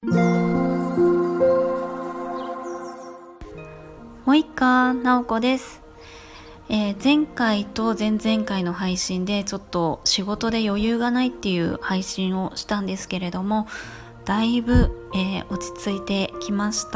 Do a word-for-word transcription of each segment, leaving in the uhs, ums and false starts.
もいかなおこです、えー、前回と前々回の配信でちょっと仕事で余裕がないっていう配信をしたんですけれども、だいぶ、えー、落ち着いてきました。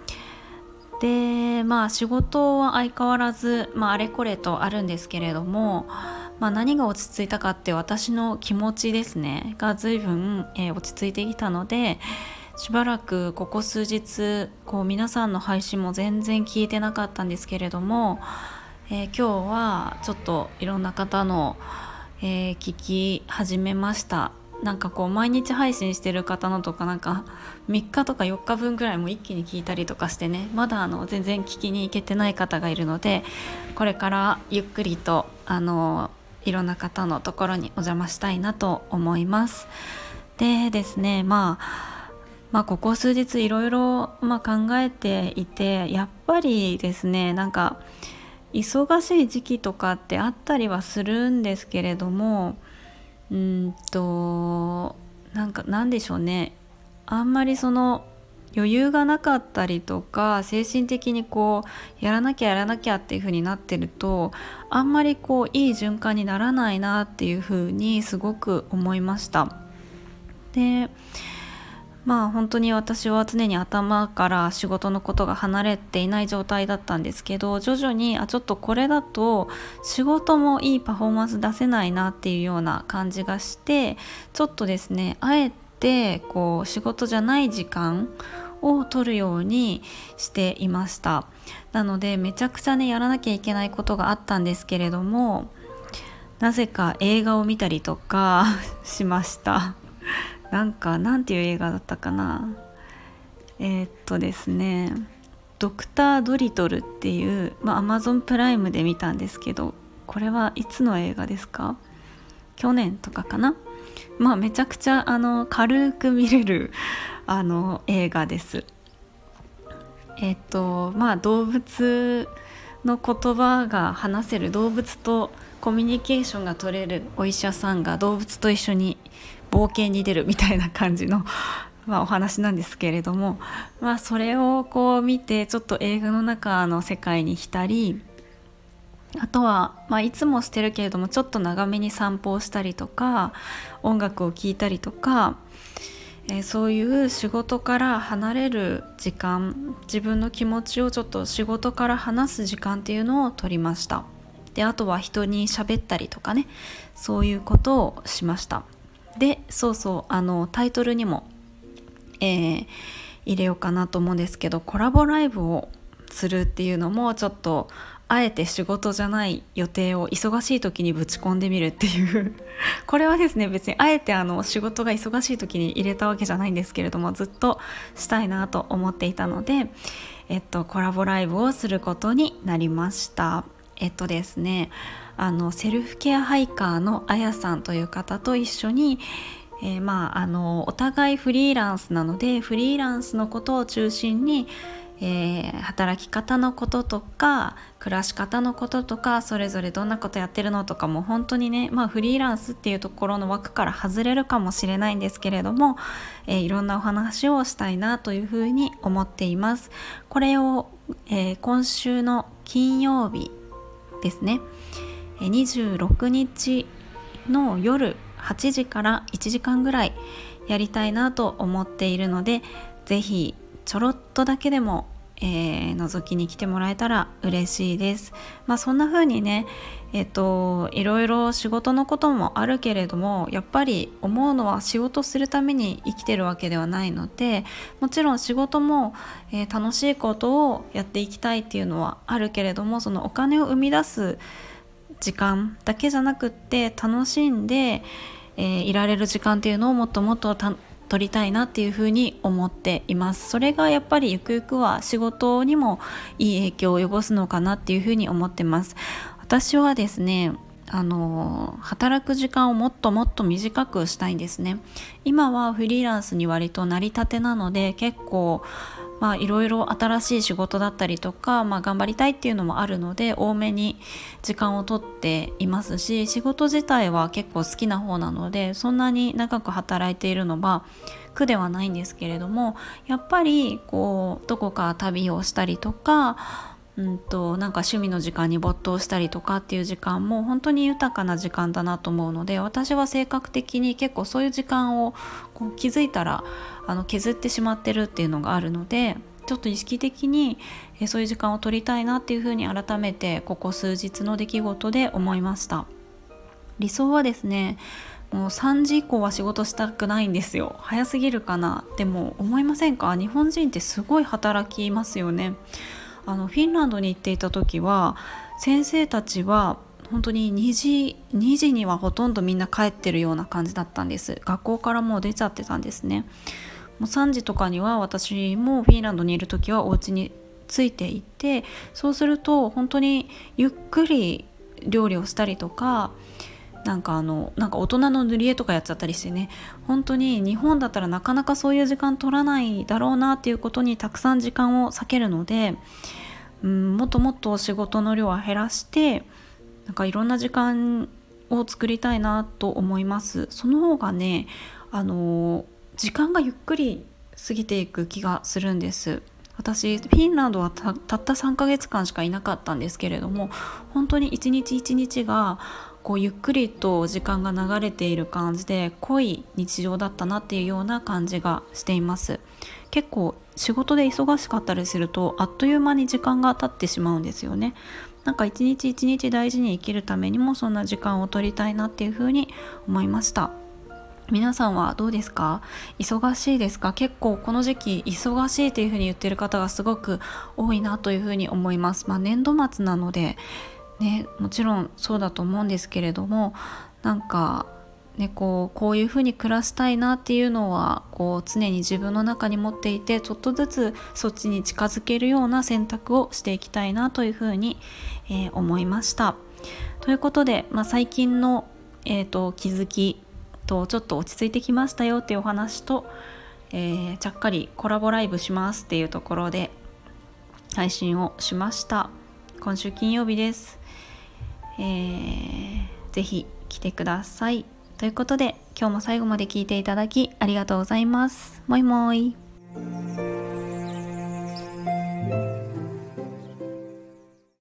でまあ仕事は相変わらず、まあ、あれこれとあるんですけれども、まあ、何が落ち着いたかって私の気持ちですねが随分、えー、落ち着いてきたので、しばらくここ数日こう皆さんの配信も全然聞いてなかったんですけれども、えー、今日はちょっといろんな方の、えー、聞き始めました。なんかこう毎日配信してる方のとかなんかみっかとかよっかぶんぐらいも一気に聞いたりとかしてね、まだあの全然聞きに行けてない方がいるので、これからゆっくりとあのいろんな方のところにお邪魔したいなと思います。でですね、まあまあここ数日いろいろまあ考えていて、やっぱりですね、なんか忙しい時期とかってあったりはするんですけれども、うーんとなんかなんでしょうね、あんまりその余裕がなかったりとか、精神的にこうやらなきゃやらなきゃっていう風になってると、あんまりこういい循環にならないなっていう風にすごく思いました。でまあ本当に私は常に頭から仕事のことが離れていない状態だったんですけど、徐々にあちょっとこれだと仕事もいいパフォーマンス出せないなっていうような感じがして、ちょっとですねあえてこう仕事じゃない時間を取るようにしていました。なのでめちゃくちゃねやらなきゃいけないことがあったんですけれども、なぜか映画を見たりとかしました。なんかなんていう映画だったかな、えー、っとですねドクタードリトルっていう、まあ、Amazon プライムで見たんですけど、これはいつの映画ですか？去年とかかな。まあめちゃくちゃあの軽く見れるあの映画です。えー、っとまあ動物の言葉が話せる、動物とコミュニケーションが取れるお医者さんが動物と一緒に冒険に出るみたいな感じのまあお話なんですけれども、まあそれをこう見てちょっと映画の中の世界に浸り、あとはまあいつもしてるけれどもちょっと長めに散歩をしたりとか、音楽を聴いたりとか、えー、そういう仕事から離れる時間、自分の気持ちをちょっと仕事から離す時間っていうのを取りました。であとは人に喋ったりとかね、そういうことをしました。でそうそうあのタイトルにも、えー、入れようかなと思うんですけど、コラボライブをするっていうのもちょっとあえて仕事じゃない予定を忙しい時にぶち込んでみるっていうこれはですね別にあえてあの仕事が忙しい時に入れたわけじゃないんですけれども、ずっとしたいなと思っていたので、えっと、コラボライブをすることになりました。えっとですねあのセルフケアハイカーのあやさんという方と一緒に、えー、まああのお互いフリーランスなので、フリーランスのことを中心に、えー、働き方のこととか暮らし方のこととか、それぞれどんなことやってるのとかも本当にね、まあフリーランスっていうところの枠から外れるかもしれないんですけれども、えー、いろんなお話をしたいなというふうに思っています。これを、えー、今週の金曜日ですね、にじゅうろくにちの夜はちじからいちじかんぐらいやりたいなと思っているので、ぜひちょろっとだけでも、えー、覗きに来てもらえたら嬉しいです。まあそんな風にね、えっといろいろ仕事のこともあるけれども、やっぱり思うのは仕事するために生きてるわけではないので、もちろん仕事も、えー、楽しいことをやっていきたいっていうのはあるけれども、そのお金を生み出す時間だけじゃなくって楽しんで、えー、いられる時間っていうのをもっともっとた取りたいなっていうふうに思っています。それがやっぱりゆくゆくは仕事にもいい影響を及ぼすのかなっていうふうに思ってます。私はですねあの働く時間をもっともっと短くしたいんですね。今はフリーランスに割となりたてなので、結構まあいろいろ新しい仕事だったりとか、まあ、頑張りたいっていうのもあるので多めに時間をとっていますし、仕事自体は結構好きな方なのでそんなに長く働いているのは苦ではないんですけれども、やっぱりこうどこか旅をしたりとか、うんとなんか趣味の時間に没頭したりとかっていう時間も本当に豊かな時間だなと思うので、私は性格的に結構そういう時間をこう気づいたらあの削ってしまってるっていうのがあるので、ちょっと意識的にえそういう時間を取りたいなっていうふうに改めてここ数日の出来事で思いました。理想はですね、もうさんじ以降は仕事したくないんですよ。早すぎるかな。でも思いませんか？日本人ってすごい働きますよね。あのフィンランドに行っていた時は先生たちは本当ににじ、にじにはほとんどみんな帰ってるような感じだったんです。学校からもう出ちゃってたんですね。もうさんじとかには私もフィンランドにいる時はお家についていて、そうすると本当にゆっくり料理をしたりとか、なんかあのなんか大人の塗り絵とかやっちゃったりしてね、本当に日本だったらなかなかそういう時間取らないだろうなっていうことにたくさん時間を割けるので、うん、もっともっと仕事の量は減らしてなんかいろんな時間を作りたいなと思います。その方がね、あの時間がゆっくり過ぎていく気がするんです。私フィンランドは た, たったさんかげつかんしかいなかったんですけれども、本当に一日一日がこうゆっくりと時間が流れている感じで濃い日常だったなっていうような感じがしています。結構仕事で忙しかったりするとあっという間に時間が経ってしまうんですよね。なんか一日一日大事に生きるためにもそんな時間を取りたいなっていうふうに思いました。皆さんはどうですか？忙しいですか？結構この時期忙しいっていう風に言ってる方がすごく多いなという風に思います。まあ年度末なのでね、もちろんそうだと思うんですけれども、なんかね、こう、こういう風に暮らしたいなっていうのはこう常に自分の中に持っていて、ちょっとずつそっちに近づけるような選択をしていきたいなという風に、えー思いました。ということで、まあ、最近の、えーと、気づきとちょっと落ち着いてきましたよっていうお話と、えーちゃっかりコラボライブしますっていうところで配信をしました。今週金曜日です。えー、ぜひ来てください。ということで今日も最後まで聞いていただきありがとうございます。もいもい。